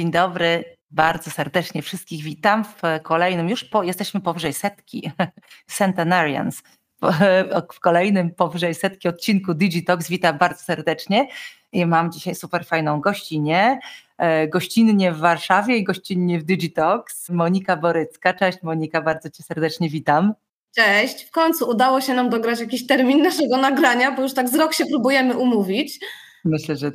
Dzień dobry, bardzo serdecznie wszystkich witam w kolejnym, jesteśmy powyżej setki, centenarians, w kolejnym powyżej setki odcinku Digitalks. Witam bardzo serdecznie i mam dzisiaj super fajną gościnę, gościnnie w Warszawie i gościnnie w Digitalks, Monika Borycka. Cześć Monika, bardzo Cię serdecznie witam. Cześć, w końcu udało się nam dograć jakiś termin naszego nagrania, bo już tak z rok się próbujemy umówić. Myślę, że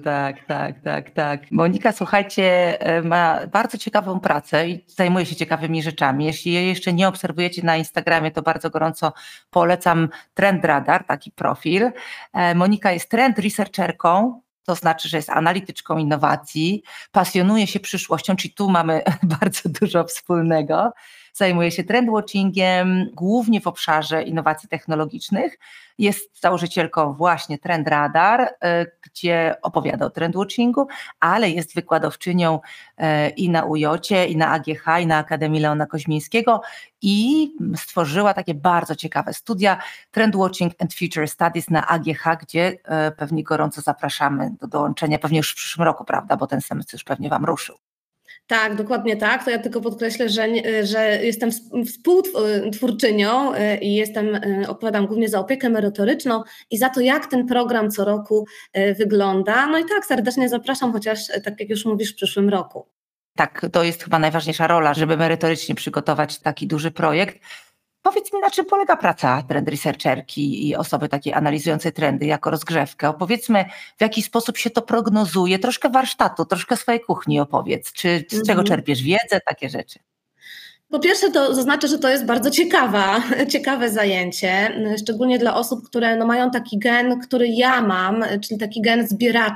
tak. Monika, słuchajcie, ma bardzo ciekawą pracę i zajmuje się ciekawymi rzeczami. Jeśli jej jeszcze nie obserwujecie na Instagramie, to bardzo gorąco polecam Trend Radar, taki profil. Monika jest trend researcherką, to znaczy, że jest analityczką innowacji, pasjonuje się przyszłością, czyli tu mamy bardzo dużo wspólnego. Zajmuje się trendwatchingiem, głównie w obszarze innowacji technologicznych. Jest założycielką właśnie Trend Radar, gdzie opowiada o trendwatchingu, ale jest wykładowczynią i na UJ-cie, i na AGH, i na Akademii Leona Koźmińskiego i stworzyła takie bardzo ciekawe studia Trendwatching and Future Studies na AGH, gdzie pewnie gorąco zapraszamy do dołączenia, pewnie już w przyszłym roku, prawda, bo ten semestr już pewnie Wam ruszył. Tak, dokładnie tak. To ja tylko podkreślę, że jestem współtwórczynią i odpowiadam głównie za opiekę merytoryczną i za to, jak ten program co roku wygląda. No i tak, serdecznie zapraszam, chociaż tak jak już mówisz, w przyszłym roku. Tak, to jest chyba najważniejsza rola, żeby merytorycznie przygotować taki duży projekt. Powiedz mi, na czym polega praca trend researcherki i osoby takiej analizującej trendy jako rozgrzewkę? Opowiedzmy, w jaki sposób się to prognozuje, troszkę warsztatu, troszkę swojej kuchni opowiedz. Czy z czego czerpiesz wiedzę, takie rzeczy? Po pierwsze to zaznaczę, że to jest bardzo ciekawe zajęcie, szczególnie dla osób, które mają taki gen, który ja mam, czyli taki gen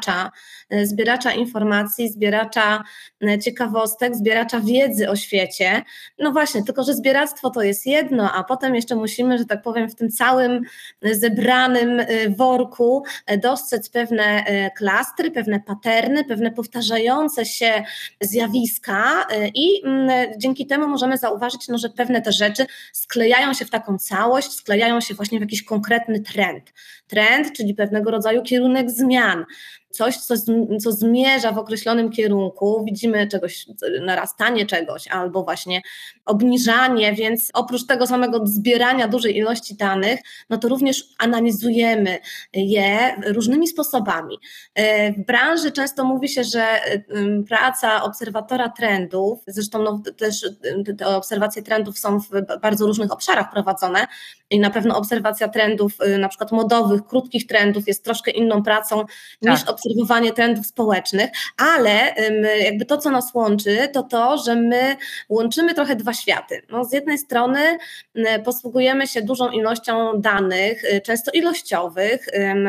zbieracza informacji, zbieracza ciekawostek, zbieracza wiedzy o świecie. No właśnie, tylko że zbieractwo to jest jedno, a potem jeszcze musimy, że tak powiem, w tym całym zebranym worku dostrzec pewne klastry, pewne paterny, pewne powtarzające się zjawiska i dzięki temu możemy zauważyć, że pewne te rzeczy sklejają się w taką całość, sklejają się właśnie w jakiś konkretny trend. Trend, czyli pewnego rodzaju kierunek zmian. Coś, co zmierza w określonym kierunku, widzimy narastanie czegoś albo właśnie obniżanie, więc oprócz tego samego zbierania dużej ilości danych, no to również analizujemy je różnymi sposobami. W branży często mówi się, że praca obserwatora trendów, zresztą też te obserwacje trendów są w bardzo różnych obszarach prowadzone i na pewno obserwacja trendów na przykład modowych, krótkich trendów jest troszkę inną pracą niż obserwowanie trendów społecznych, ale jakby to, co nas łączy, to, że my łączymy trochę dwa światy. No, z jednej strony posługujemy się dużą ilością danych, często ilościowych,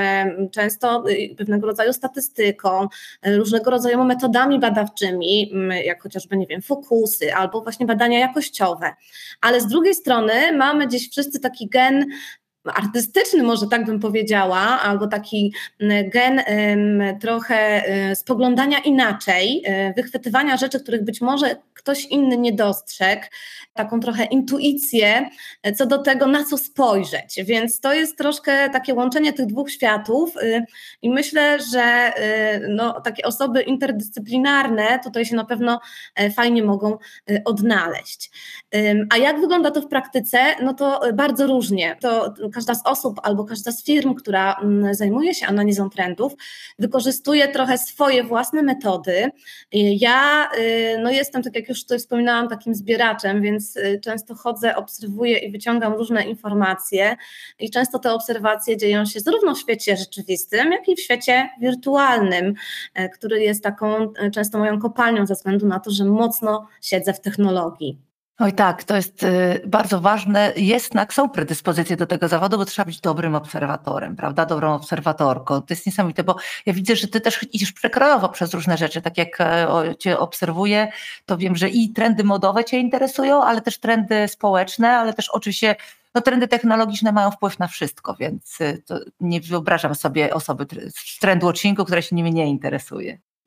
często pewnego rodzaju statystyką, różnego rodzaju metodami badawczymi, jak chociażby, fokusy albo właśnie badania jakościowe, ale z drugiej strony mamy gdzieś wszyscy taki gen artystyczny, może tak bym powiedziała, albo taki gen trochę spoglądania inaczej, wychwytywania rzeczy, których być może ktoś inny nie dostrzegł, taką trochę intuicję co do tego, na co spojrzeć, więc to jest troszkę takie łączenie tych dwóch światów i myślę, że takie osoby interdyscyplinarne tutaj się na pewno fajnie mogą odnaleźć. A jak wygląda to w praktyce? No to bardzo różnie. To każda z osób albo każda z firm, która zajmuje się analizą trendów, wykorzystuje trochę swoje własne metody. Ja jestem, tak jak już tutaj wspominałam, takim zbieraczem, więc często chodzę, obserwuję i wyciągam różne informacje i często te obserwacje dzieją się zarówno w świecie rzeczywistym, jak i w świecie wirtualnym, który jest taką często moją kopalnią ze względu na to, że mocno siedzę w technologii. Oj tak, to jest bardzo ważne. Są predyspozycje do tego zawodu, bo trzeba być dobrym obserwatorem, prawda? Dobrą obserwatorką. To jest niesamowite, bo ja widzę, że ty też idziesz przekrojowo przez różne rzeczy. Tak jak cię obserwuję, to wiem, że i trendy modowe cię interesują, ale też trendy społeczne, ale też oczywiście trendy technologiczne mają wpływ na wszystko, więc to nie wyobrażam sobie osoby z trendwatchingu, która się nimi nie interesuje.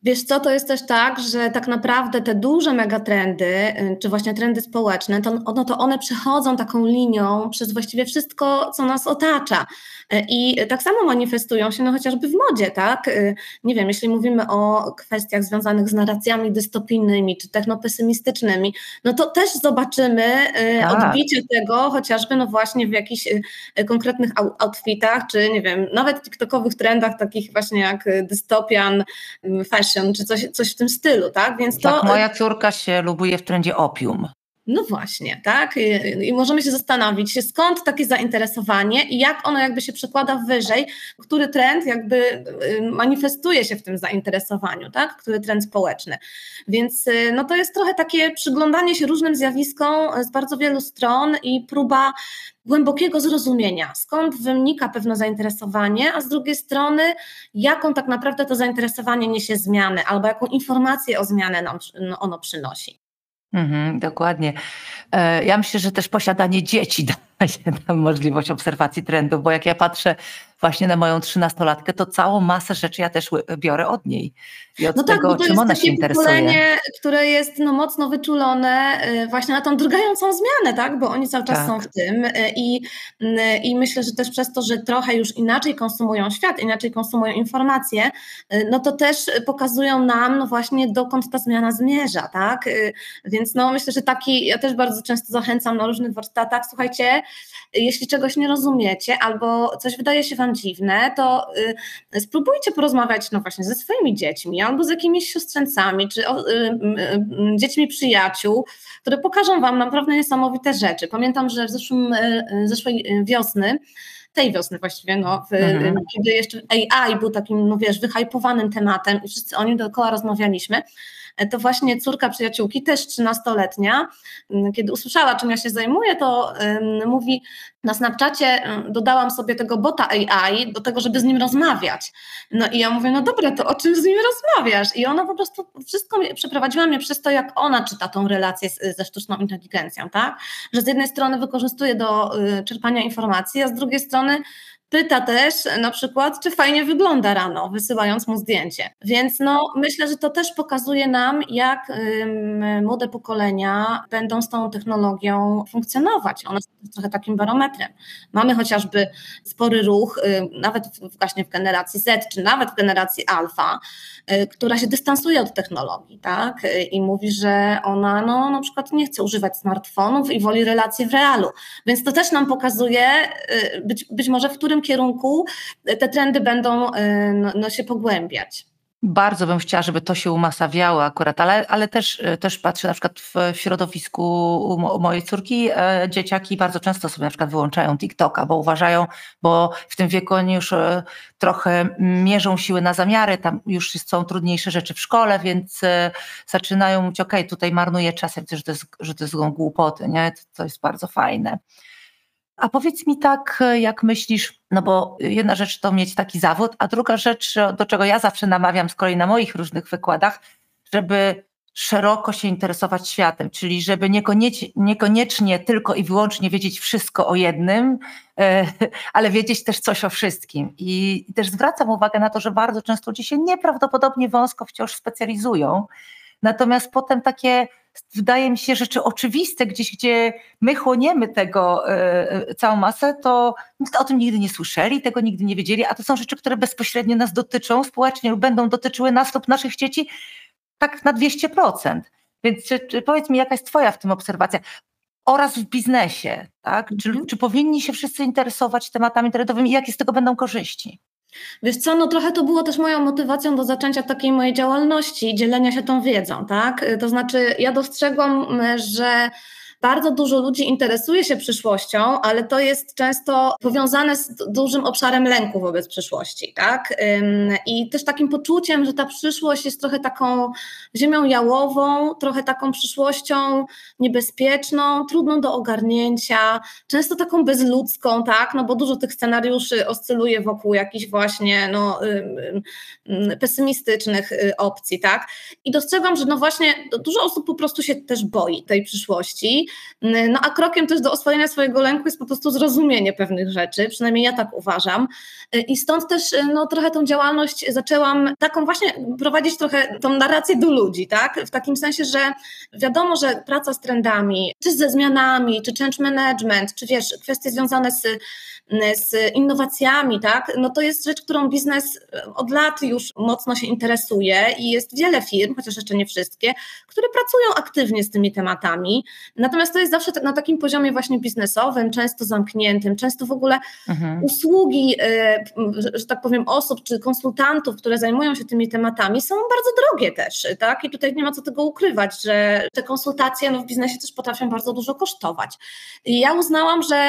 Wiesz co, to jest też tak, że tak naprawdę te duże megatrendy, czy właśnie trendy społeczne, to one przechodzą taką linią przez właściwie wszystko, co nas otacza. I tak samo manifestują się chociażby w modzie, tak? Nie wiem, jeśli mówimy o kwestiach związanych z narracjami dystopijnymi czy technopesymistycznymi, no to też zobaczymy odbicie tego chociażby właśnie w jakichś konkretnych outfitach, czy nie wiem, nawet tiktokowych trendach takich właśnie jak dystopian, fashion, czy coś w tym stylu, tak? Więc tak, moja córka się lubuje w trendzie opium. No właśnie, tak? I możemy się zastanowić, skąd takie zainteresowanie i jak ono jakby się przekłada wyżej, który trend jakby manifestuje się w tym zainteresowaniu, tak? Który trend społeczny. Więc no to jest trochę takie przyglądanie się różnym zjawiskom z bardzo wielu stron i próba głębokiego zrozumienia, skąd wynika pewne zainteresowanie, a z drugiej strony jaką tak naprawdę to zainteresowanie niesie zmianę albo jaką informację o zmianę nam ono przynosi. Dokładnie. Ja myślę, że też posiadanie dzieci daje nam możliwość obserwacji trendów, bo jak ja patrzę właśnie na moją 13-latkę, to całą masę rzeczy ja też biorę od niej i od tego, czym ona się interesuje. To jest takie pokolenie, które jest mocno wyczulone właśnie na tą drgającą zmianę, tak? Bo oni cały czas są w tym i myślę, że też przez to, że trochę już inaczej konsumują świat, inaczej konsumują informacje, no to też pokazują nam właśnie dokąd ta zmiana zmierza, tak? Więc myślę, że ja też bardzo często zachęcam na różnych warsztatach, słuchajcie, jeśli czegoś nie rozumiecie albo coś wydaje się wam dziwne, to spróbujcie porozmawiać właśnie ze swoimi dziećmi albo z jakimiś siostrzeńcami czy dziećmi przyjaciół, które pokażą wam naprawdę niesamowite rzeczy. Pamiętam, że zeszłej wiosny, tej wiosny właściwie, kiedy jeszcze AI był takim, wyhypowanym tematem i wszyscy o nim dookoła rozmawialiśmy, to właśnie córka przyjaciółki, też 13-letnia, kiedy usłyszała, czym ja się zajmuję, to mówi, na Snapchacie dodałam sobie tego bota AI do tego, żeby z nim rozmawiać. No i ja mówię, no dobra, to o czym z nim rozmawiasz? I ona po prostu wszystko przeprowadziła mnie przez to, jak ona czyta tą relację ze sztuczną inteligencją, tak? Że z jednej strony wykorzystuje do czerpania informacji, a z drugiej strony pyta też na przykład, czy fajnie wygląda rano, wysyłając mu zdjęcie. Więc myślę, że to też pokazuje nam, jak młode pokolenia będą z tą technologią funkcjonować. One są trochę takim barometrem. Mamy chociażby spory ruch, nawet właśnie w generacji Z, czy nawet w generacji alfa, która się dystansuje od technologii, tak? I mówi, że ona na przykład nie chce używać smartfonów i woli relacje w realu. Więc to też nam pokazuje, być może w którym kierunku te trendy będą się pogłębiać. Bardzo bym chciała, żeby to się umasawiało akurat, ale też patrzę na przykład w środowisku u mojej córki, dzieciaki bardzo często sobie na przykład wyłączają TikToka, bo uważają, bo w tym wieku oni już trochę mierzą siły na zamiary, tam już są trudniejsze rzeczy w szkole, więc zaczynają mówić, okej, tutaj marnuję czas, ja widzę, że to są głupoty, nie? To jest bardzo fajne. A powiedz mi tak, jak myślisz, bo jedna rzecz to mieć taki zawód, a druga rzecz, do czego ja zawsze namawiam z kolei na moich różnych wykładach, żeby szeroko się interesować światem, czyli żeby niekoniecznie tylko i wyłącznie wiedzieć wszystko o jednym, ale wiedzieć też coś o wszystkim. I też zwracam uwagę na to, że bardzo często ludzie się nieprawdopodobnie wąsko wciąż specjalizują, natomiast potem takie, wydaje mi się, rzeczy oczywiste, gdzie my chłoniemy tego całą masę, to o tym nigdy nie słyszeli, tego nigdy nie wiedzieli, a to są rzeczy, które bezpośrednio nas dotyczą społecznie lub będą dotyczyły nas lub naszych dzieci tak na 200%. Więc powiedz mi, jaka jest twoja w tym obserwacja? Oraz w biznesie, tak? Czy powinni się wszyscy interesować tematami trendowymi i jakie z tego będą korzyści? Wiesz co, trochę to było też moją motywacją do zaczęcia takiej mojej działalności, dzielenia się tą wiedzą, tak? To znaczy ja dostrzegłam, że bardzo dużo ludzi interesuje się przyszłością, ale to jest często powiązane z dużym obszarem lęku wobec przyszłości, tak? I też takim poczuciem, że ta przyszłość jest trochę taką ziemią jałową, trochę taką przyszłością niebezpieczną, trudną do ogarnięcia, często taką bezludzką, tak? Bo dużo tych scenariuszy oscyluje wokół jakichś właśnie pesymistycznych opcji, tak? I dostrzegam, że właśnie dużo osób po prostu się też boi tej przyszłości. no a krokiem też do oswojenia swojego lęku jest po prostu zrozumienie pewnych rzeczy, przynajmniej ja tak uważam. I stąd też no, trochę tą działalność zaczęłam taką właśnie prowadzić trochę tą narrację do ludzi, tak? W takim sensie, że wiadomo, że praca z trendami, czy ze zmianami, czy change management, czy wiesz, kwestie związane z innowacjami, tak? No to jest rzecz, którą biznes od lat już mocno się interesuje i jest wiele firm, chociaż jeszcze nie wszystkie, które pracują aktywnie z tymi tematami. Natomiast to jest zawsze na takim poziomie właśnie biznesowym, często zamkniętym, często w ogóle usługi, że tak powiem, osób czy konsultantów, które zajmują się tymi tematami, są bardzo drogie też, tak? I tutaj nie ma co tego ukrywać, że te konsultacje no, w biznesie też potrafią bardzo dużo kosztować. I ja uznałam, że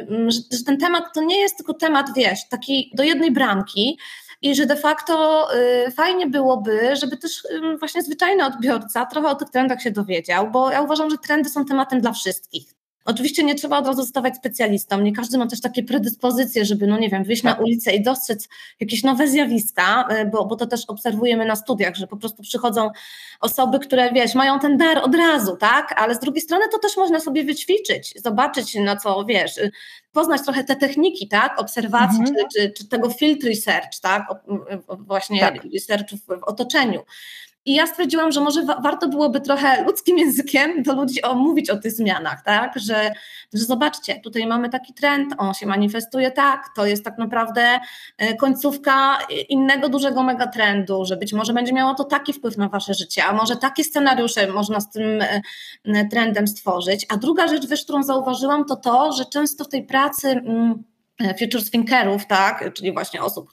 ten temat to nie jest tylko temat, wiesz, taki do jednej bramki i że de facto fajnie byłoby, żeby też właśnie zwyczajny odbiorca trochę o tych trendach się dowiedział, bo ja uważam, że trendy są tematem dla wszystkich. Oczywiście nie trzeba od razu zostawać specjalistą, nie każdy ma też takie predyspozycje, żeby, no nie wiem, wyjść na ulicę i dostrzec jakieś nowe zjawiska, bo to też obserwujemy na studiach, że po prostu przychodzą osoby, które, wiesz, mają ten dar od razu, tak, ale z drugiej strony to też można sobie wyćwiczyć, zobaczyć na co, wiesz, poznać trochę te techniki, tak, obserwacji, czy tego field research, tak, właśnie researchu w otoczeniu. I ja stwierdziłam, że może warto byłoby trochę ludzkim językiem do ludzi mówić o tych zmianach, tak? Że zobaczcie, tutaj mamy taki trend, on się manifestuje tak, to jest tak naprawdę końcówka innego dużego megatrendu, że być może będzie miało to taki wpływ na wasze życie, a może takie scenariusze można z tym trendem stworzyć. A druga rzecz, wiesz, którą zauważyłam, to, że często w tej pracy future thinkerów, tak, czyli właśnie osób,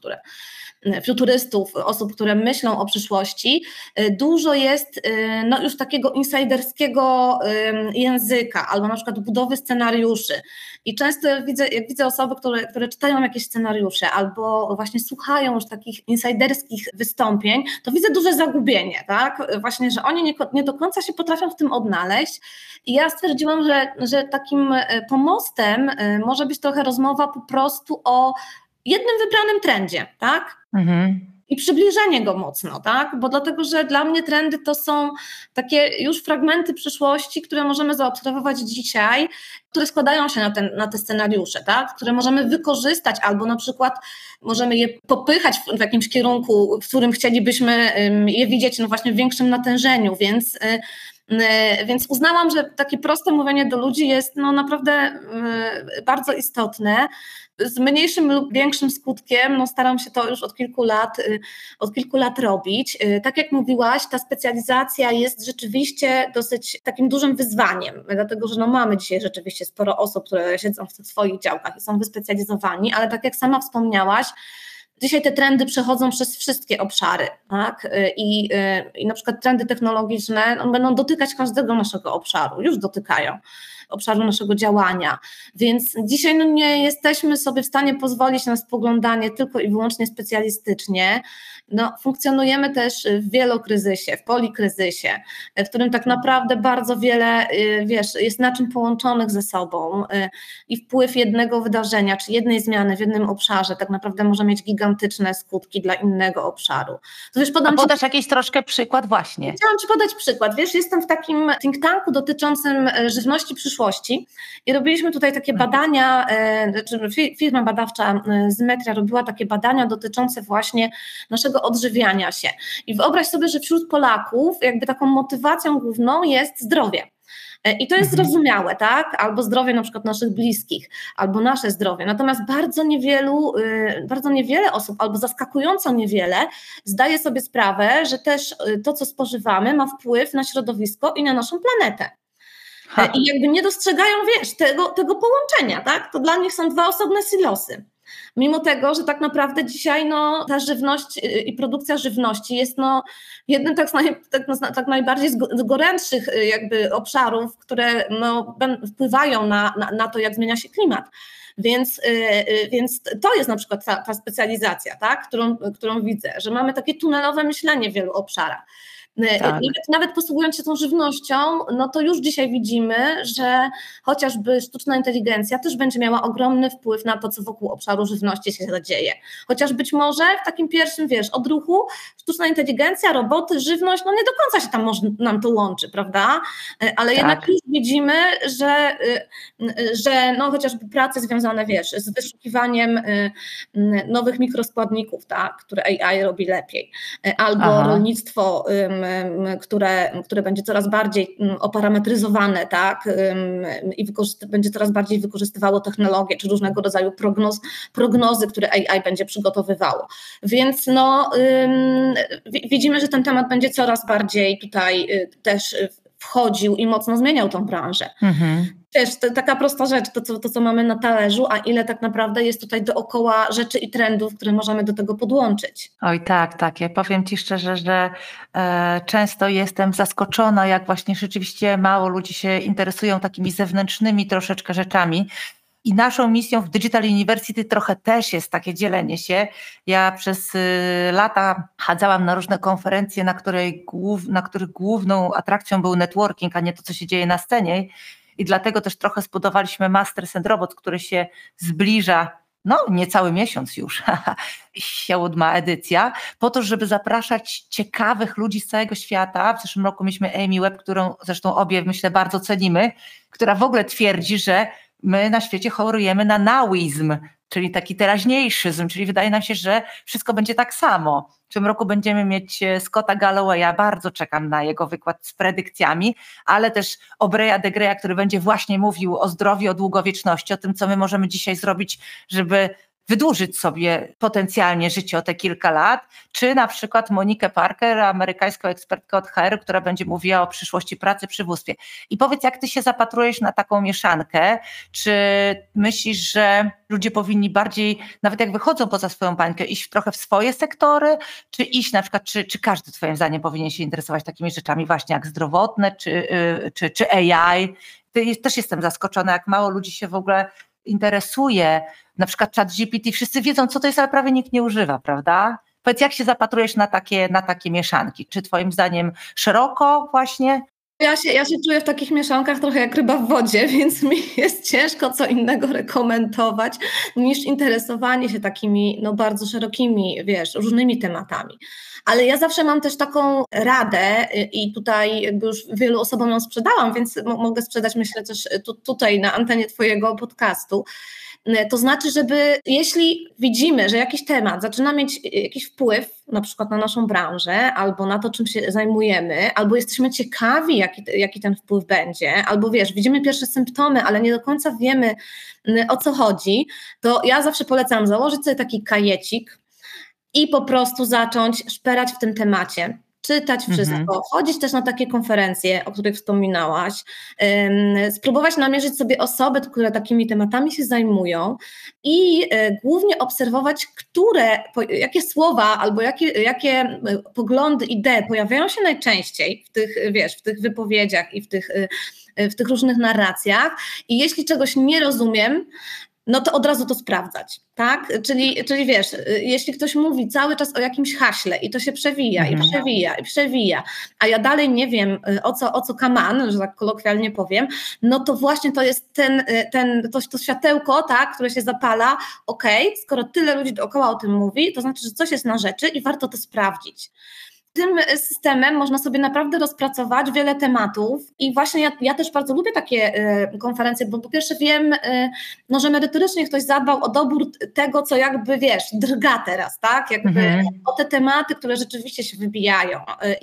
futurystów, osób, które myślą o przyszłości, dużo jest no, już takiego insiderskiego języka, albo na przykład budowy scenariuszy. I często jak widzę osoby, które czytają jakieś scenariusze, albo właśnie słuchają już takich insiderskich wystąpień, to widzę duże zagubienie, tak? Właśnie, że oni nie do końca się potrafią w tym odnaleźć. I ja stwierdziłam, że takim pomostem może być trochę rozmowa po prostu o jednym wybranym trendzie, tak? I przybliżenie go mocno, tak? Bo dlatego, że dla mnie trendy to są takie już fragmenty przyszłości, które możemy zaobserwować dzisiaj, które składają się na te scenariusze, tak? Które możemy wykorzystać albo na przykład możemy je popychać w jakimś kierunku, w którym chcielibyśmy je widzieć no właśnie w większym natężeniu, więc uznałam, że takie proste mówienie do ludzi jest no naprawdę bardzo istotne. Z mniejszym lub większym skutkiem no staram się to już od kilku lat robić. Tak jak mówiłaś, ta specjalizacja jest rzeczywiście dosyć takim dużym wyzwaniem, dlatego że no mamy dzisiaj rzeczywiście sporo osób, które siedzą w tych swoich działkach i są wyspecjalizowani, ale tak jak sama wspomniałaś, dzisiaj te trendy przechodzą przez wszystkie obszary, tak? I na przykład trendy technologiczne będą dotykać każdego naszego obszaru, już dotykają obszaru naszego działania, więc dzisiaj no nie jesteśmy sobie w stanie pozwolić na spoglądanie tylko i wyłącznie specjalistycznie. No, funkcjonujemy też w wielokryzysie, w polikryzysie, w którym tak naprawdę bardzo wiele, wiesz, jest naczyń połączonych ze sobą i wpływ jednego wydarzenia czy jednej zmiany w jednym obszarze tak naprawdę może mieć gigantyczne skutki dla innego obszaru. To wiesz, podasz jakiś troszkę przykład właśnie. Chciałam Ci podać przykład. Wiesz, jestem w takim think tanku dotyczącym żywności przyszłości i robiliśmy tutaj takie badania, firma badawcza Zymetria robiła takie badania dotyczące właśnie naszego odżywiania się. I wyobraź sobie, że wśród Polaków jakby taką motywacją główną jest zdrowie. I to jest zrozumiałe, tak? Albo zdrowie na przykład naszych bliskich, albo nasze zdrowie. Natomiast bardzo niewiele osób, albo zaskakująco niewiele zdaje sobie sprawę, że też to, co spożywamy, ma wpływ na środowisko i na naszą planetę. I jakby nie dostrzegają, wiesz, tego połączenia, tak? To dla nich są dwa osobne silosy. Mimo tego, że tak naprawdę dzisiaj no, ta żywność i produkcja żywności jest no, jednym tak najbardziej z gorętszych jakby obszarów, które no, wpływają na to, jak zmienia się klimat. Więc to jest na przykład ta specjalizacja, tak? którą widzę, że mamy takie tunelowe myślenie w wielu obszarach. Tak. Nawet posługując się tą żywnością, no to już dzisiaj widzimy, że chociażby sztuczna inteligencja też będzie miała ogromny wpływ na to, co wokół obszaru żywności się dzieje. Chociaż być może w takim pierwszym, odruchu sztuczna inteligencja, roboty, żywność, no nie do końca się tam nam to łączy, prawda? Ale jednak już widzimy, że no chociażby prace związane, z wyszukiwaniem nowych mikroskładników, tak, które AI robi lepiej, albo rolnictwo, które będzie coraz bardziej oparametryzowane, tak, i będzie coraz bardziej wykorzystywało technologię, czy różnego rodzaju prognozy, które AI będzie przygotowywało. Więc widzimy, że ten temat będzie coraz bardziej tutaj też wchodził i mocno zmieniał tą branżę. To taka prosta rzecz, to co mamy na talerzu, a ile tak naprawdę jest tutaj dookoła rzeczy i trendów, które możemy do tego podłączyć. Oj tak. Ja powiem Ci szczerze, że często jestem zaskoczona, jak właśnie rzeczywiście mało ludzi się interesują takimi zewnętrznymi troszeczkę rzeczami. I naszą misją w Digital University trochę też jest takie dzielenie się. Ja przez lata chadzałam na różne konferencje, na których główną atrakcją był networking, a nie to, co się dzieje na scenie. I dlatego też trochę zbudowaliśmy Masters and Robots, który się zbliża, niecały miesiąc już, 7. edycja, po to, żeby zapraszać ciekawych ludzi z całego świata. W zeszłym roku mieliśmy Amy Webb, którą zresztą obie, myślę, bardzo cenimy, która w ogóle twierdzi, że my na świecie chorujemy na nowizm, czyli taki teraźniejszyzm, czyli wydaje nam się, że wszystko będzie tak samo. W tym roku będziemy mieć Scotta Gallowaya, bardzo czekam na jego wykład z predykcjami, ale też Obreya de Greya, który będzie właśnie mówił o zdrowiu, o długowieczności, o tym, co my możemy dzisiaj zrobić, żeby wydłużyć sobie potencjalnie życie o te kilka lat, czy na przykład Monikę Parker, amerykańską ekspertkę od HR, która będzie mówiła o przyszłości pracy przy wództwie. I powiedz, jak ty się zapatrujesz na taką mieszankę? Czy myślisz, że ludzie powinni bardziej, nawet jak wychodzą poza swoją bańkę, iść trochę w swoje sektory, czy iść na przykład, czy każdy twoim zdaniem powinien się interesować takimi rzeczami właśnie jak zdrowotne, czy AI? Też jestem zaskoczona, jak mało ludzi się w ogóle interesuje, na przykład ChatGPT, wszyscy wiedzą, co to jest, ale prawie nikt nie używa, prawda? Powiedz, jak się zapatrujesz na takie mieszanki? Czy twoim zdaniem szeroko właśnie? Ja się czuję w takich mieszankach trochę jak ryba w wodzie, więc mi jest ciężko co innego rekomendować niż interesowanie się takimi bardzo szerokimi, różnymi tematami. Ale ja zawsze mam też taką radę i tutaj jakby już wielu osobom ją sprzedałam, więc mogę sprzedać, myślę, też tutaj na antenie twojego podcastu. To znaczy, żeby jeśli widzimy, że jakiś temat zaczyna mieć jakiś wpływ na przykład na naszą branżę, albo na to, czym się zajmujemy, albo jesteśmy ciekawi, jaki ten wpływ będzie, albo widzimy pierwsze symptomy, ale nie do końca wiemy, o co chodzi, to ja zawsze polecam założyć sobie taki kajecik i po prostu zacząć szperać w tym temacie. Czytać wszystko, chodzić też na takie konferencje, o których wspominałaś, spróbować namierzyć sobie osoby, które takimi tematami się zajmują i głównie obserwować, jakie słowa albo jakie poglądy, idee pojawiają się najczęściej w tych wypowiedziach i w tych różnych narracjach i jeśli czegoś nie rozumiem, no to od razu to sprawdzać, tak? Czyli jeśli ktoś mówi cały czas o jakimś haśle i to się przewija i przewija, a ja dalej nie wiem, o co kaman, że tak kolokwialnie powiem, no to właśnie to jest to światełko, tak, które się zapala, skoro tyle ludzi dookoła o tym mówi, to znaczy, że coś jest na rzeczy i warto to sprawdzić. Tym systemem można sobie naprawdę rozpracować wiele tematów i właśnie ja też bardzo lubię takie konferencje, bo po pierwsze wiem, że merytorycznie ktoś zadbał o dobór tego, co jakby drga teraz, tak? Jakby o te tematy, które rzeczywiście się wybijają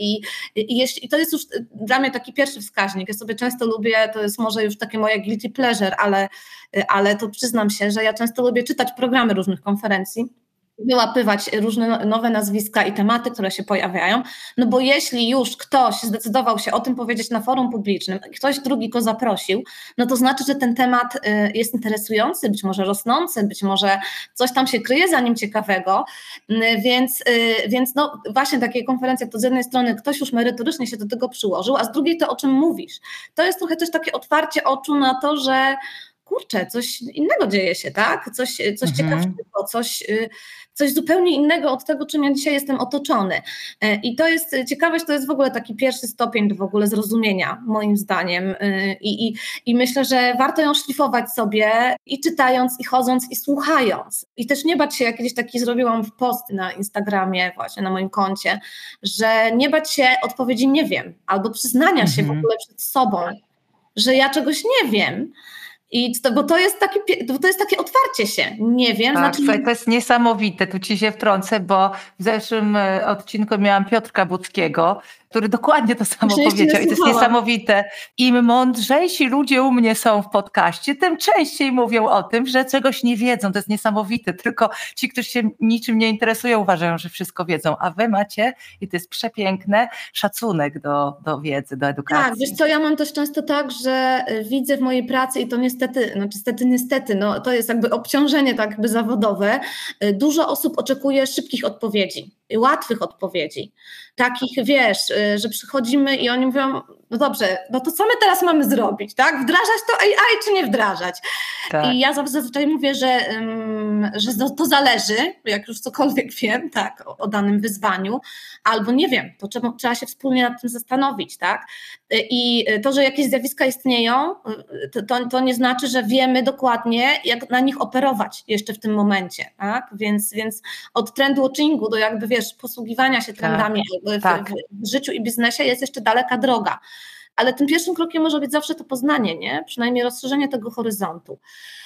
i to jest już dla mnie taki pierwszy wskaźnik. Ja sobie często lubię, to jest może już takie moje guilty pleasure, ale to przyznam się, że ja często lubię czytać programy różnych konferencji, wyłapywać różne nowe nazwiska i tematy, które się pojawiają, no bo jeśli już ktoś zdecydował się o tym powiedzieć na forum publicznym, ktoś drugi go zaprosił, no to znaczy, że ten temat jest interesujący, być może rosnący, być może coś tam się kryje za nim ciekawego, więc no właśnie takie konferencje to z jednej strony ktoś już merytorycznie się do tego przyłożył, a z drugiej to, o czym mówisz. To jest trochę też takie otwarcie oczu na to, że kurczę, coś innego dzieje się, tak? Coś ciekawego, coś zupełnie innego od tego, czym ja dzisiaj jestem otoczony. I to jest ciekawość, to jest w ogóle taki pierwszy stopień w ogóle zrozumienia, moim zdaniem. I myślę, że warto ją szlifować sobie i czytając, i chodząc, i słuchając. I też nie bać się, jak kiedyś taki zrobiłam post na Instagramie, właśnie na moim koncie, że nie bać się odpowiedzi nie wiem, albo przyznania się w ogóle przed sobą, że ja czegoś nie wiem. Bo to jest takie otwarcie się. Nie wiem. Tak, znaczy... to jest niesamowite. Tu ci się wtrącę, bo w zeszłym odcinku miałam Piotrka Budzkiego, który dokładnie to samo powiedział i to jest niesamowite. Im mądrzejsi ludzie u mnie są w podcaście, tym częściej mówią o tym, że czegoś nie wiedzą. To jest niesamowite. Tylko ci, którzy się niczym nie interesują, uważają, że wszystko wiedzą, a wy macie, i to jest przepiękne, szacunek do wiedzy, do edukacji. Tak, wiesz co, ja mam też często tak, że widzę w mojej pracy i to niestety, no to jest jakby obciążenie tak jakby zawodowe. Dużo osób oczekuje szybkich odpowiedzi, łatwych odpowiedzi. Takich, wiesz, że przychodzimy i oni mówią, no dobrze, no to co my teraz mamy zrobić, tak? Wdrażać to AI czy nie wdrażać? Tak. I ja zazwyczaj mówię, że to zależy, jak już cokolwiek wiem, tak, o danym wyzwaniu, albo nie wiem, to trzeba się wspólnie nad tym zastanowić, tak? I to, że jakieś zjawiska istnieją, to nie znaczy, że wiemy dokładnie, jak na nich operować jeszcze w tym momencie, tak? Więc od trendwatchingu do jakby, wiesz, posługiwania się trendami w życiu i biznesie jest jeszcze daleka droga. Ale tym pierwszym krokiem może być zawsze to poznanie, nie? Przynajmniej rozszerzenie tego horyzontu.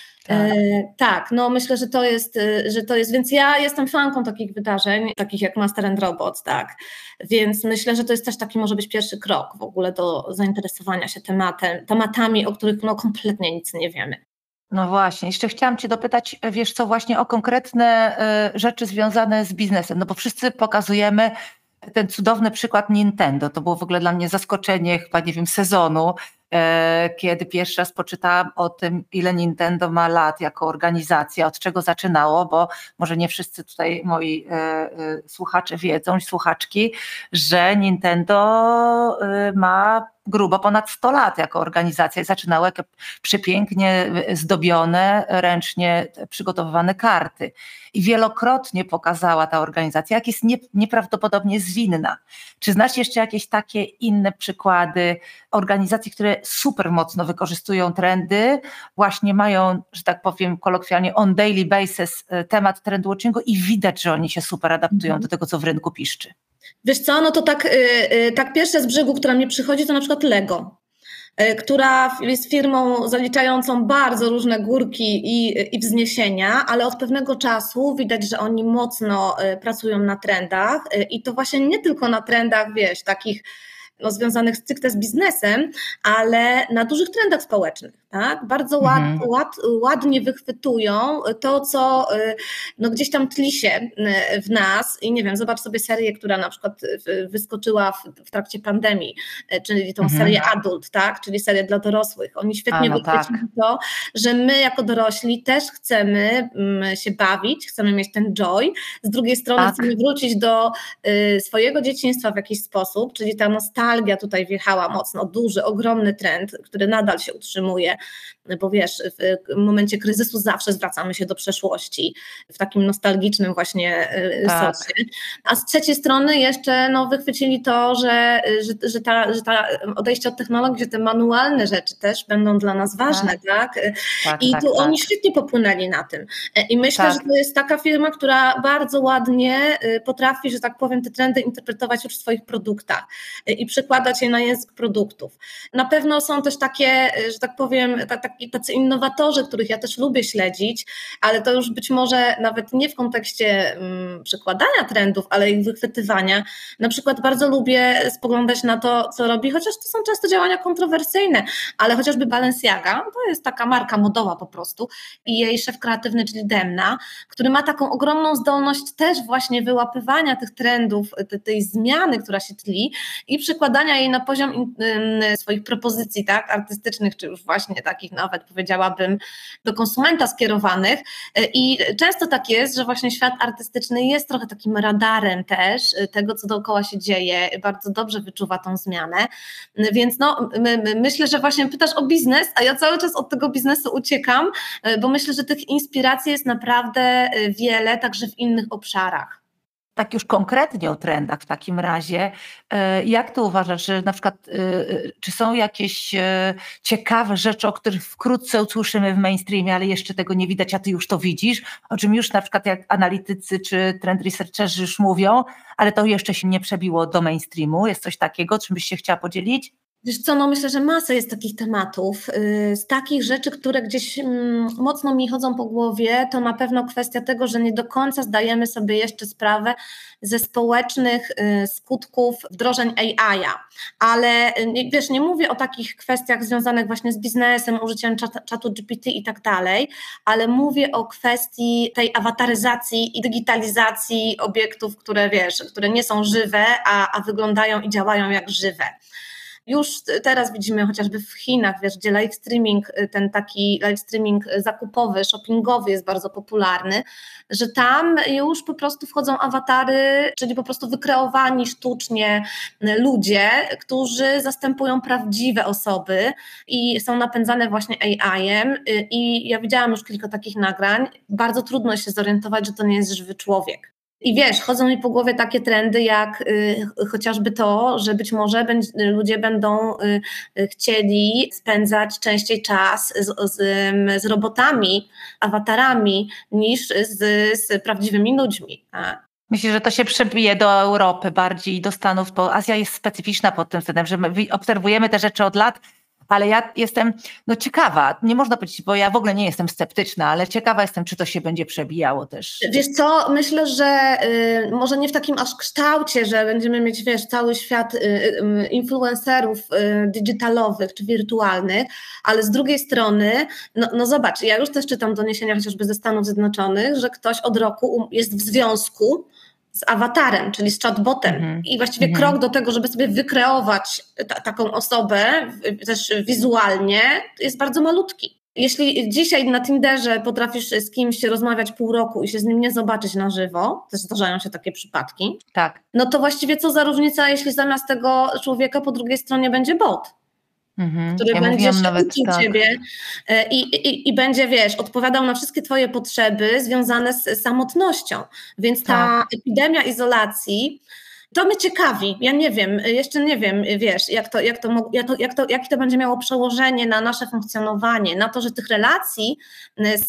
Tak, no myślę, że to jest, więc ja jestem fanką takich wydarzeń, takich jak Master and Robots, tak, więc myślę, że to jest też taki może być pierwszy krok w ogóle do zainteresowania się tematami, o których no kompletnie nic nie wiemy. No właśnie, jeszcze chciałam cię dopytać, wiesz co, właśnie o konkretne rzeczy związane z biznesem, no bo wszyscy pokazujemy ten cudowny przykład Nintendo, to było w ogóle dla mnie zaskoczenie chyba, nie wiem, sezonu, kiedy pierwszy raz poczytałam o tym, ile Nintendo ma lat jako organizacja, od czego zaczynało, bo może nie wszyscy tutaj moi słuchacze wiedzą, słuchaczki, że Nintendo ma grubo ponad 100 lat jako organizacja i zaczynało jako przepięknie zdobione, ręcznie przygotowywane karty. I wielokrotnie pokazała ta organizacja, jak jest nieprawdopodobnie zwinna. Czy znasz jeszcze jakieś takie inne przykłady organizacji, które super mocno wykorzystują trendy, właśnie mają, że tak powiem kolokwialnie, on daily basis temat trendwatchingu i widać, że oni się super adaptują do tego, co w rynku piszczy? Wiesz co, no to tak pierwsze z brzegu, która mnie przychodzi, to na przykład Lego, która jest firmą zaliczającą bardzo różne górki i wzniesienia, ale od pewnego czasu widać, że oni mocno pracują na trendach i to właśnie nie tylko na trendach, wiesz, takich związanych stricte z biznesem, ale na dużych trendach społecznych, tak? Bardzo ładnie wychwytują to, co no gdzieś tam tli się w nas i nie wiem, zobacz sobie serię, która na przykład wyskoczyła w trakcie pandemii, czyli tą serię Adult, tak? Czyli serię dla dorosłych. Oni świetnie wychwycili to, że my jako dorośli też chcemy się bawić, chcemy mieć ten joy, z drugiej strony chcemy wrócić do swojego dzieciństwa w jakiś sposób, czyli ta nostalgia tutaj wjechała mocno, duży, ogromny trend, który nadal się utrzymuje, bo wiesz, w momencie kryzysu zawsze zwracamy się do przeszłości, w takim nostalgicznym właśnie sensie. A z trzeciej strony jeszcze wychwycili to, że ta odejście od technologii, że te manualne rzeczy też będą dla nas ważne, tak? I tu oni świetnie popłynęli na tym. I myślę, że to jest taka firma, która bardzo ładnie potrafi, że tak powiem, te trendy interpretować już w swoich produktach i przekładać je na język produktów. Na pewno są też takie, że tak powiem, tacy innowatorzy, których ja też lubię śledzić, ale to już być może nawet nie w kontekście przekładania trendów, ale ich wychwytywania. Na przykład bardzo lubię spoglądać na to, co robi, chociaż to są często działania kontrowersyjne, ale chociażby Balenciaga, to jest taka marka modowa po prostu i jej szef kreatywny, czyli Demna, który ma taką ogromną zdolność też właśnie wyłapywania tych trendów, tej zmiany, która się tli i przekładania jej na poziom swoich propozycji, tak, artystycznych, czy już właśnie takich nawet powiedziałabym do konsumenta skierowanych i często tak jest, że właśnie świat artystyczny jest trochę takim radarem też tego, co dookoła się dzieje, bardzo dobrze wyczuwa tą zmianę, więc myślę, że właśnie pytasz o biznes, a ja cały czas od tego biznesu uciekam, bo myślę, że tych inspiracji jest naprawdę wiele, także w innych obszarach. Tak już konkretnie o trendach w takim razie, jak ty uważasz, że na przykład czy są jakieś ciekawe rzeczy, o których wkrótce usłyszymy w mainstreamie, ale jeszcze tego nie widać, a ty już to widzisz, o czym już na przykład jak analitycy czy trend researcherzy już mówią, ale to jeszcze się nie przebiło do mainstreamu. Jest coś takiego, czym byś się chciała podzielić? Wiesz co, myślę, że masa jest takich tematów, z takich rzeczy, które gdzieś mocno mi chodzą po głowie, to na pewno kwestia tego, że nie do końca zdajemy sobie jeszcze sprawę ze społecznych skutków wdrożeń AI-a, ale wiesz, nie mówię o takich kwestiach związanych właśnie z biznesem, użyciem czatu GPT i tak dalej, ale mówię o kwestii tej awataryzacji i digitalizacji obiektów, które nie są żywe, a wyglądają i działają jak żywe. Już teraz widzimy chociażby w Chinach, gdzie live streaming, ten taki live streaming zakupowy, shoppingowy jest bardzo popularny, że tam już po prostu wchodzą awatary, czyli po prostu wykreowani sztucznie ludzie, którzy zastępują prawdziwe osoby i są napędzane właśnie AI-em i ja widziałam już kilka takich nagrań, bardzo trudno się zorientować, że to nie jest żywy człowiek. I wiesz, chodzą mi po głowie takie trendy jak chociażby to, że być może ludzie będą chcieli spędzać częściej czas z robotami, awatarami niż z prawdziwymi ludźmi. Myślę, że to się przebije do Europy bardziej i do Stanów, bo Azja jest specyficzna pod tym względem, że my obserwujemy te rzeczy od lat, ale ja jestem ciekawa, nie można powiedzieć, bo ja w ogóle nie jestem sceptyczna, ale ciekawa jestem, czy to się będzie przebijało też. Wiesz co, myślę, że może nie w takim aż kształcie, że będziemy mieć, cały świat influencerów digitalowych czy wirtualnych, ale z drugiej strony, zobacz, ja już też czytam doniesienia chociażby ze Stanów Zjednoczonych, że ktoś od roku jest w związku z awatarem, czyli z chatbotem i właściwie krok do tego, żeby sobie wykreować taką osobę też wizualnie, jest bardzo malutki. Jeśli dzisiaj na Tinderze potrafisz z kimś rozmawiać pół roku i się z nim nie zobaczyć na żywo, też zdarzają się takie przypadki, tak. To właściwie co za różnica, jeśli zamiast tego człowieka po drugiej stronie będzie bot, który będzie się uczył ciebie i będzie, odpowiadał na wszystkie twoje potrzeby związane z samotnością. Więc ta epidemia izolacji, to mnie ciekawi. Ja nie wiem, jeszcze nie wiem, jak to będzie miało przełożenie na nasze funkcjonowanie, na to, że tych relacji z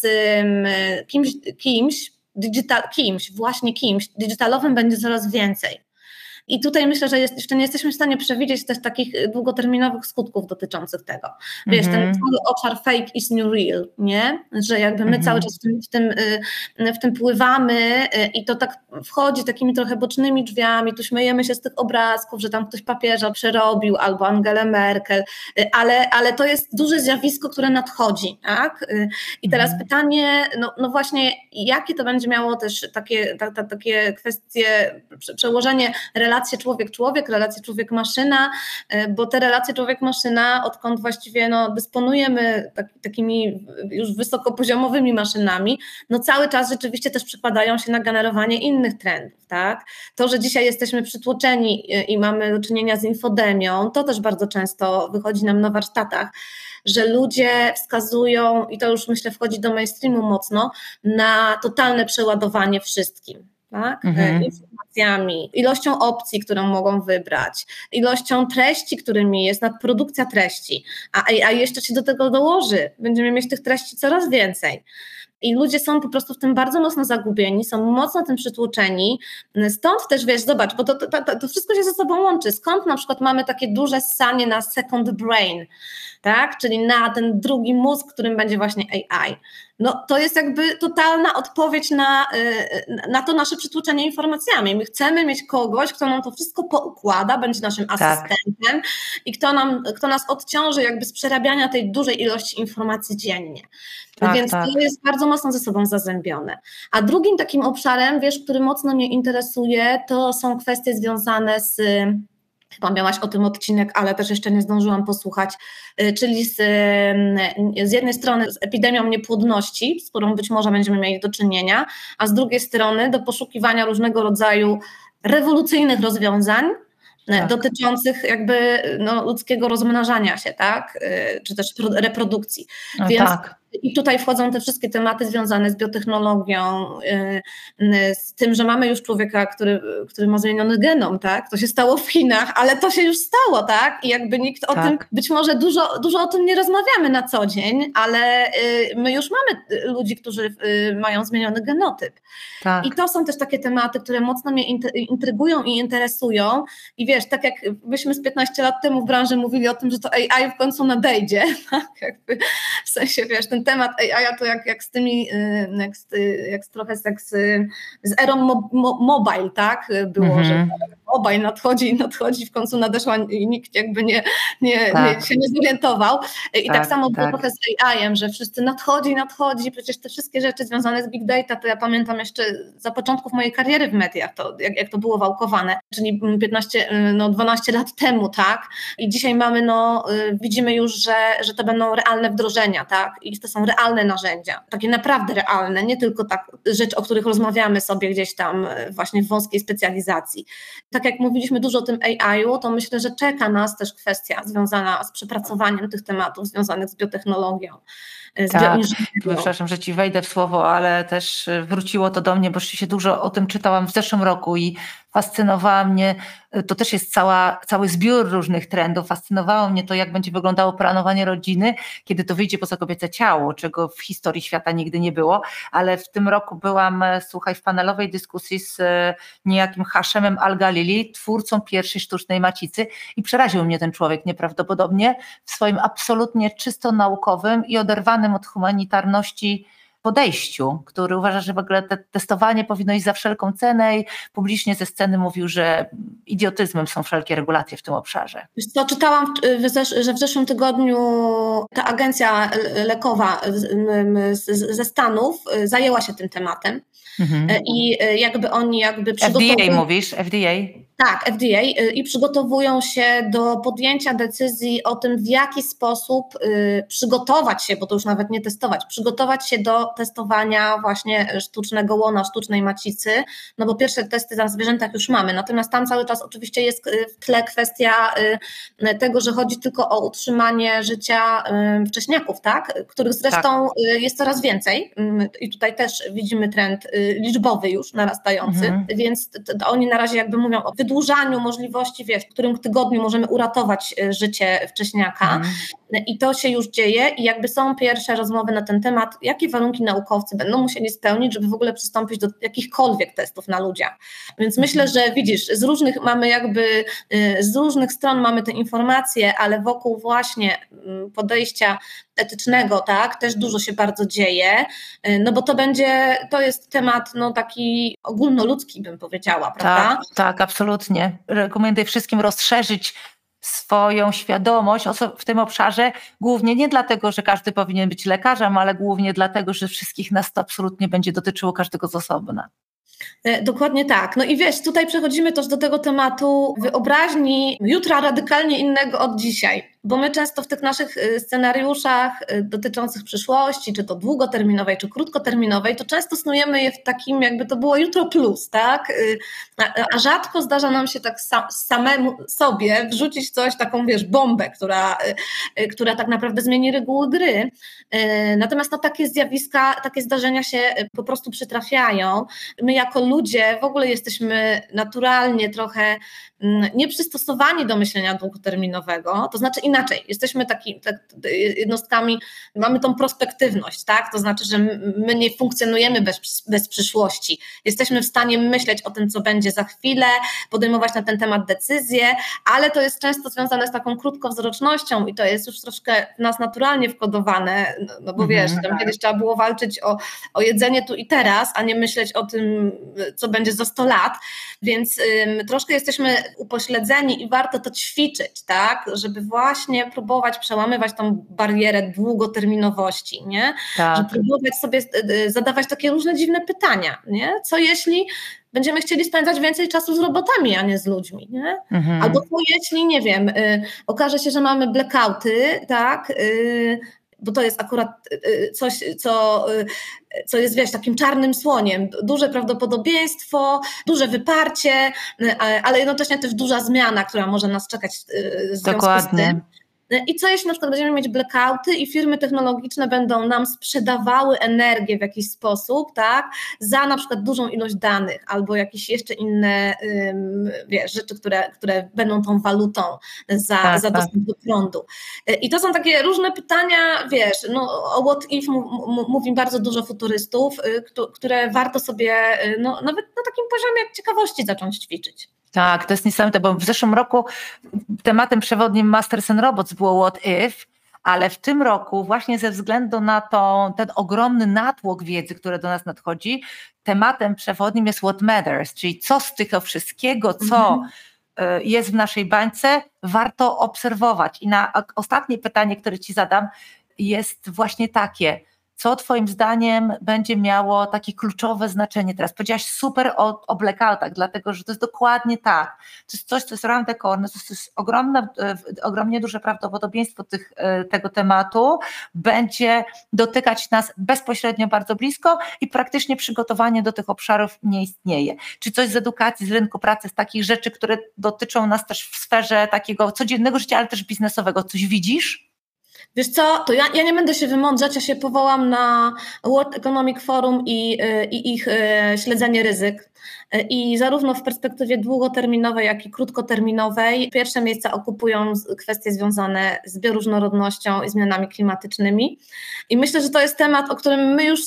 kimś digitalowym będzie coraz więcej. I tutaj myślę, że jeszcze nie jesteśmy w stanie przewidzieć też takich długoterminowych skutków dotyczących tego. Wiesz, ten cały obszar fake is new real, nie? Że jakby my cały czas w tym pływamy i to tak wchodzi takimi trochę bocznymi drzwiami, tu śmiejemy się z tych obrazków, że tam ktoś papieża przerobił albo Angelę Merkel, ale to jest duże zjawisko, które nadchodzi, tak? I teraz pytanie, właśnie, jakie to będzie miało też takie kwestie, przełożenie relacje człowiek-człowiek, relacje człowiek-maszyna, bo te relacje człowiek-maszyna, odkąd właściwie dysponujemy takimi już wysokopoziomowymi maszynami, cały czas rzeczywiście też przekładają się na generowanie innych trendów, tak? To, że dzisiaj jesteśmy przytłoczeni i mamy do czynienia z infodemią, to też bardzo często wychodzi nam na warsztatach, że ludzie wskazują, i to już myślę wchodzi do mainstreamu mocno, na totalne przeładowanie wszystkim. Tak? Informacjami, ilością opcji, którą mogą wybrać, ilością treści, którymi jest nadprodukcja treści, a jeszcze się do tego dołoży, będziemy mieć tych treści coraz więcej. I ludzie są po prostu w tym bardzo mocno zagubieni, są mocno tym przytłoczeni, stąd też zobacz, bo to wszystko się ze sobą łączy, skąd na przykład mamy takie duże ssanie na second brain, tak? Czyli na ten drugi mózg, którym będzie właśnie AI. To jest jakby totalna odpowiedź na to nasze przytłoczenie informacjami. My chcemy mieć kogoś, kto nam to wszystko poukłada, będzie naszym asystentem i kto nas odciąży jakby z przerabiania tej dużej ilości informacji dziennie. Więc to jest bardzo mocno ze sobą zazębione. A drugim takim obszarem, który mocno mnie interesuje, to są kwestie związane z chyba miałaś o tym odcinek, ale też jeszcze nie zdążyłam posłuchać, czyli z jednej strony z epidemią niepłodności, z którą być może będziemy mieli do czynienia, a z drugiej strony do poszukiwania różnego rodzaju rewolucyjnych rozwiązań, dotyczących jakby ludzkiego rozmnażania się, tak? Czy też reprodukcji. Więc i tutaj wchodzą te wszystkie tematy związane z biotechnologią, z tym, że mamy już człowieka, który ma zmieniony genom, tak? To się stało w Chinach, ale to się już stało, tak? I jakby nikt o tym, być może dużo o tym nie rozmawiamy na co dzień, ale my już mamy ludzi, którzy mają zmieniony genotyp. I to są też takie tematy, które mocno mnie intrygują i interesują. I wiesz, tak jak byśmy z 15 lat temu w branży mówili o tym, że to AI w końcu nadejdzie, tak? Jakby w sensie, wiesz, ten temat AI to jak z tymi, trochę jak z erą mobile, tak? Było, że mobile nadchodzi, w końcu nadeszła i nikt jakby się nie zorientował. I tak samo było trochę z AI-em, że wszyscy nadchodzi, przecież te wszystkie rzeczy związane z big data, to ja pamiętam jeszcze za początków mojej kariery w mediach, to jak to było wałkowane, czyli 12 lat temu, tak? I dzisiaj mamy, widzimy już, że to będą realne wdrożenia, tak? I to są realne narzędzia, takie naprawdę realne, nie tylko tak rzeczy, o których rozmawiamy sobie gdzieś tam właśnie w wąskiej specjalizacji. Tak jak mówiliśmy dużo o tym AI-u, to myślę, że czeka nas też kwestia związana z przepracowaniem tych tematów związanych z biotechnologią. Przepraszam, że ci wejdę w słowo, ale też wróciło to do mnie, bo się dużo o tym czytałam w zeszłym roku i fascynowała mnie, to też jest cały zbiór różnych trendów, fascynowało mnie to, jak będzie wyglądało planowanie rodziny, kiedy to wyjdzie poza kobiece ciało, czego w historii świata nigdy nie było, ale w tym roku byłam, słuchaj, w panelowej dyskusji z niejakim Haszemem Al-Galili, twórcą pierwszej sztucznej macicy i przeraził mnie ten człowiek nieprawdopodobnie w swoim absolutnie czysto naukowym i oderwanym od humanitarności podejściu, który uważa, że w ogóle testowanie powinno iść za wszelką cenę i publicznie ze sceny mówił, że idiotyzmem są wszelkie regulacje w tym obszarze. Wiesz co, czytałam, że w zeszłym tygodniu ta agencja lekowa ze Stanów zajęła się tym tematem i jakby oni przygotowują... FDA mówisz? FDA? Tak, FDA i przygotowują się do podjęcia decyzji o tym, w jaki sposób przygotować się, bo to już nawet nie testować, przygotować się do testowania właśnie sztucznego łona, sztucznej macicy, no bo pierwsze testy na zwierzętach już mamy, natomiast tam cały czas oczywiście jest w tle kwestia tego, że chodzi tylko o utrzymanie życia wcześniaków, tak, których zresztą jest coraz więcej i tutaj też widzimy trend liczbowy już narastający, więc oni na razie jakby mówią o wydłużaniu możliwości, w którym tygodniu możemy uratować życie wcześniaka i to się już dzieje i jakby są pierwsze rozmowy na ten temat, jakie warunki naukowcy będą musieli spełnić, żeby w ogóle przystąpić do jakichkolwiek testów na ludziach. Więc myślę, że widzisz, z różnych stron mamy te informacje, ale wokół właśnie podejścia etycznego, tak, też dużo się bardzo dzieje, no bo to jest temat taki ogólnoludzki, bym powiedziała, prawda? Tak, absolutnie. Rekomenduję wszystkim rozszerzyć swoją świadomość w tym obszarze, głównie nie dlatego, że każdy powinien być lekarzem, ale głównie dlatego, że wszystkich nas to absolutnie będzie dotyczyło każdego z osobna. Dokładnie tak. No i wiesz, tutaj przechodzimy też do tego tematu wyobraźni jutra radykalnie innego od dzisiaj, bo my często w tych naszych scenariuszach dotyczących przyszłości, czy to długoterminowej, czy krótkoterminowej, to często snujemy je w takim, jakby to było jutro plus, tak? A rzadko zdarza nam się tak samemu sobie wrzucić coś, taką, bombę, która tak naprawdę zmieni reguły gry. Natomiast takie zjawiska, takie zdarzenia się po prostu przytrafiają. My jako ludzie w ogóle jesteśmy naturalnie trochę nieprzystosowani do myślenia długoterminowego, to znaczy inaczej, jesteśmy jednostkami, mamy tą prospektywność, tak? To znaczy, że my nie funkcjonujemy bez przyszłości, jesteśmy w stanie myśleć o tym, co będzie za chwilę, podejmować na ten temat decyzje, ale to jest często związane z taką krótkowzrocznością i to jest już troszkę w nas naturalnie wkodowane, no bo wiesz, tam kiedyś trzeba było walczyć o jedzenie tu i teraz, a nie myśleć o tym, co będzie za 100 lat, więc troszkę jesteśmy upośledzeni i warto to ćwiczyć, tak, żeby właśnie próbować przełamywać tą barierę długoterminowości, nie? Tak. Żeby próbować sobie zadawać takie różne dziwne pytania, nie? Co jeśli będziemy chcieli spędzać więcej czasu z robotami, a nie z ludźmi, nie? Albo co jeśli, nie wiem, okaże się, że mamy blackouty, tak, bo to jest akurat coś, co jest, wiesz, takim czarnym słoniem. Duże prawdopodobieństwo, duże wyparcie, ale jednocześnie też duża zmiana, która może nas czekać w związku z tym. I co jeśli na przykład będziemy mieć blackouty i firmy technologiczne będą nam sprzedawały energię w jakiś sposób, tak, za na przykład dużą ilość danych albo jakieś jeszcze inne, wiesz, rzeczy, które będą tą walutą za dostęp do prądu. I to są takie różne pytania, wiesz, no o what if mówi bardzo dużo futurystów, które warto sobie nawet na takim poziomie ciekawości zacząć ćwiczyć. Tak, to jest niesamowite, bo w zeszłym roku tematem przewodnim Masters and Robots było What If, ale w tym roku właśnie ze względu na ten ogromny natłok wiedzy, który do nas nadchodzi, tematem przewodnim jest What Matters, czyli co z tego wszystkiego, co jest w naszej bańce, warto obserwować. I na ostatnie pytanie, które ci zadam, jest właśnie takie: co twoim zdaniem będzie miało takie kluczowe znaczenie teraz? Powiedziałaś super o blackoutach, dlatego że to jest dokładnie tak. To jest coś, co jest round the corner, to jest ogromnie duże prawdopodobieństwo tego tematu będzie dotykać nas bezpośrednio, bardzo blisko i praktycznie przygotowanie do tych obszarów nie istnieje. Czy coś z edukacji, z rynku pracy, z takich rzeczy, które dotyczą nas też w sferze takiego codziennego życia, ale też biznesowego. Coś widzisz? Wiesz co, to ja nie będę się wymądrzać, ja się powołam na World Economic Forum i ich śledzenie ryzyk. I zarówno w perspektywie długoterminowej, jak i krótkoterminowej pierwsze miejsca okupują kwestie związane z bioróżnorodnością i zmianami klimatycznymi. I myślę, że to jest temat, o którym my już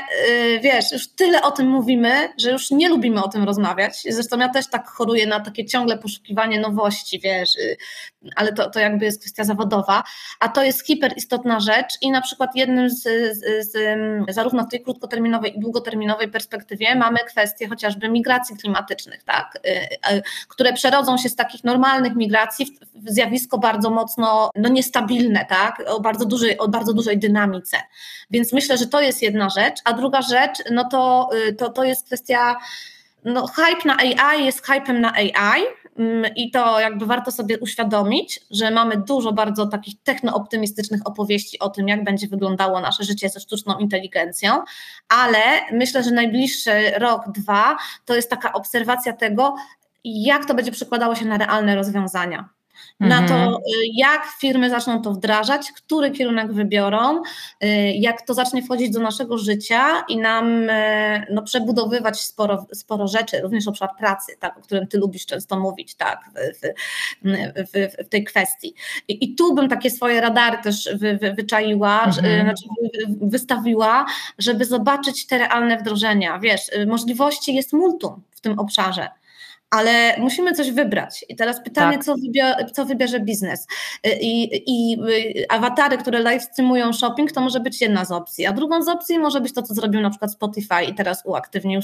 już tyle o tym mówimy, że już nie lubimy o tym rozmawiać. Zresztą ja też tak choruję na takie ciągle poszukiwanie nowości, ale to jakby jest kwestia zawodowa, a to jest hiperistotna rzecz i na przykład jednym zarówno w tej krótkoterminowej i długoterminowej perspektywie mamy kwestie chociażby migracji klimatycznych, tak, które przerodzą się z takich normalnych migracji w zjawisko bardzo mocno niestabilne, tak, o bardzo dużej dynamice. Więc myślę, że to jest jedna rzecz, a druga rzecz, to jest kwestia, hype na AI jest hypem na AI i to jakby warto sobie uświadomić, że mamy dużo bardzo takich technooptymistycznych opowieści o tym, jak będzie wyglądało nasze życie ze sztuczną inteligencją, ale myślę, że najbliższy rok, 2 to jest taka obserwacja tego, jak to będzie przekładało się na realne rozwiązania. Na to, jak firmy zaczną to wdrażać, który kierunek wybiorą, jak to zacznie wchodzić do naszego życia i nam przebudowywać sporo rzeczy, również obszar pracy, tak, o którym ty lubisz często mówić, tak, w tej kwestii. I tu bym takie swoje radary też wyczaiła, wystawiła, żeby zobaczyć te realne wdrożenia. Wiesz, możliwości jest multum w tym obszarze, ale musimy coś wybrać. I teraz pytanie, co wybierze biznes. I awatary, które live streamują shopping, to może być jedna z opcji, a drugą z opcji może być to, co zrobił na przykład Spotify i teraz uaktywnił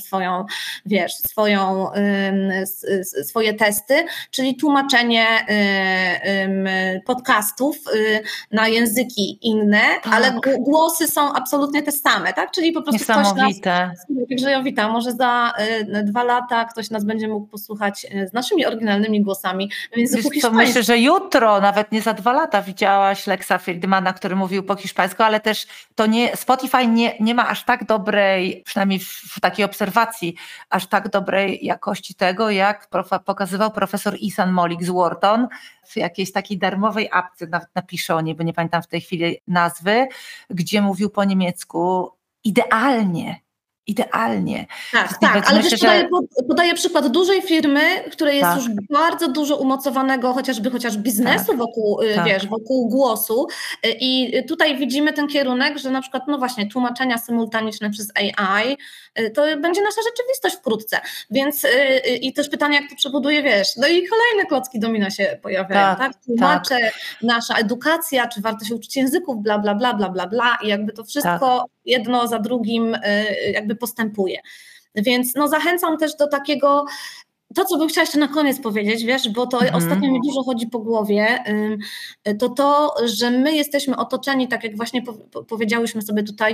swoje testy, czyli tłumaczenie podcastów na języki inne, ale głosy są absolutnie te same, tak? Czyli po prostu ktoś nas, może za 2 lata ktoś nas będzie mógł posłuchać z naszymi oryginalnymi głosami w języku hiszpańskim. Myślę, że jutro, nawet nie za 2 lata, widziałaś Lexa Friedmana, który mówił po hiszpańsku, ale też Spotify nie ma aż tak dobrej, przynajmniej w takiej obserwacji, aż tak dobrej jakości tego, jak pokazywał profesor Ethan Mollick z Wharton w jakiejś takiej darmowej apce, nawet napiszę o niej, bo nie pamiętam w tej chwili nazwy, gdzie mówił po niemiecku idealnie. Tak, ale podaję przykład dużej firmy, której jest już bardzo dużo umocowanego chociaż biznesu wokół głosu i tutaj widzimy ten kierunek, że na przykład tłumaczenia symultaniczne przez AI to będzie nasza rzeczywistość wkrótce, więc i też pytanie, jak to przebuduje, i kolejne klocki domina się pojawiają, tak? Tłumacze, nasza edukacja, czy warto się uczyć języków, bla, bla, bla, bla, bla, bla i jakby to wszystko jedno za drugim jakby postępuje. Więc zachęcam też do takiego To, co bym chciała jeszcze na koniec powiedzieć, wiesz, bo to ostatnio mi dużo chodzi po głowie, to, że my jesteśmy otoczeni, tak jak właśnie powiedziałyśmy sobie tutaj,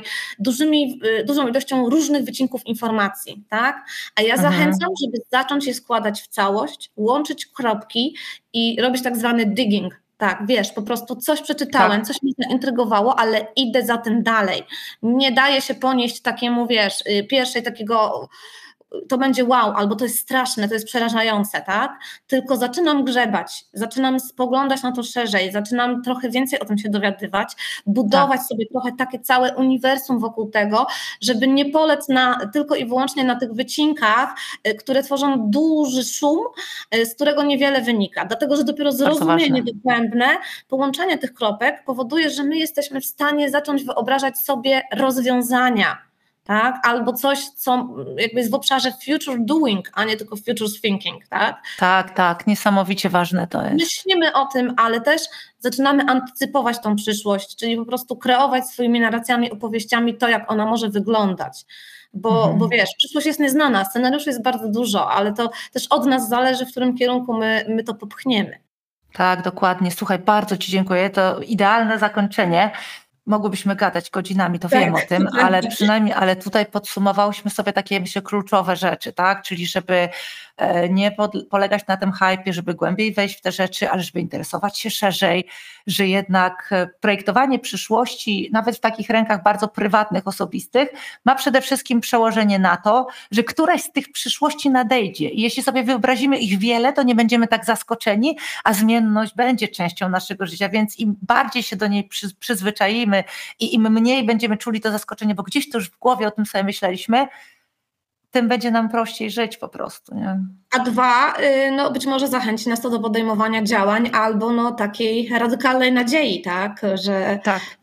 dużą ilością różnych wycinków informacji, tak? A ja zachęcam, żeby zacząć je składać w całość, łączyć kropki i robić tak zwany digging. Tak, wiesz, po prostu coś przeczytałem, coś mnie zaintrygowało, ale idę za tym dalej. Nie daje się ponieść takiemu, wiesz, pierwszej takiego, to będzie wow, albo to jest straszne, to jest przerażające, tak? Tylko zaczynam grzebać, zaczynam spoglądać na to szerzej, zaczynam trochę więcej o tym się dowiadywać, budować sobie trochę takie całe uniwersum wokół tego, żeby nie polec tylko i wyłącznie na tych wycinkach, które tworzą duży szum, z którego niewiele wynika. Dlatego, że dopiero zrozumienie dogłębne, połączenie tych kropek powoduje, że my jesteśmy w stanie zacząć wyobrażać sobie rozwiązania, tak? Albo coś, co jakby jest w obszarze future doing, a nie tylko future thinking, tak? Tak, niesamowicie ważne to jest. Myślimy o tym, ale też zaczynamy antycypować tą przyszłość, czyli po prostu kreować swoimi narracjami, opowieściami to, jak ona może wyglądać. Bo wiesz, przyszłość jest nieznana, scenariuszy jest bardzo dużo, ale to też od nas zależy, w którym kierunku my to popchniemy. Tak, dokładnie. Słuchaj, bardzo Ci dziękuję. To idealne zakończenie. Mogłybyśmy gadać godzinami, to wiem o tym, ale tutaj podsumowałyśmy sobie takie, myślę, kluczowe rzeczy, tak? Czyli żeby nie polegać na tym hypie, żeby głębiej wejść w te rzeczy, ale żeby interesować się szerzej, że jednak projektowanie przyszłości, nawet w takich rękach bardzo prywatnych, osobistych, ma przede wszystkim przełożenie na to, że któraś z tych przyszłości nadejdzie. I jeśli sobie wyobrazimy ich wiele, to nie będziemy tak zaskoczeni, a zmienność będzie częścią naszego życia, więc im bardziej się do niej przyzwyczaimy i im mniej będziemy czuli to zaskoczenie, bo gdzieś to już w głowie o tym sobie myśleliśmy, tym będzie nam prościej żyć po prostu. Nie? A dwa, no być może zachęci nas to do podejmowania działań albo takiej radykalnej nadziei, tak? Że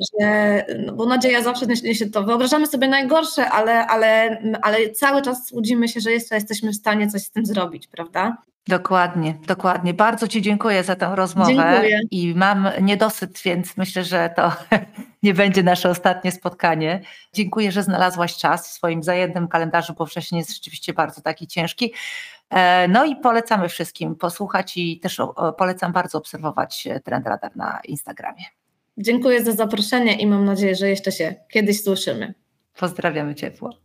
bo nadzieja zawsze niesie to. Wyobrażamy sobie najgorsze, ale cały czas łudzimy się, że jeszcze jesteśmy w stanie coś z tym zrobić, prawda? Dokładnie. Bardzo Ci dziękuję za tę rozmowę. Dziękuję. I mam niedosyt, więc myślę, że to nie będzie nasze ostatnie spotkanie. Dziękuję, że znalazłaś czas w swoim zajętym kalendarzu, bo wcześniej jest rzeczywiście bardzo taki ciężki. No i polecamy wszystkim posłuchać i też polecam bardzo obserwować Trend Radar na Instagramie. Dziękuję za zaproszenie i mam nadzieję, że jeszcze się kiedyś słyszymy. Pozdrawiamy ciepło.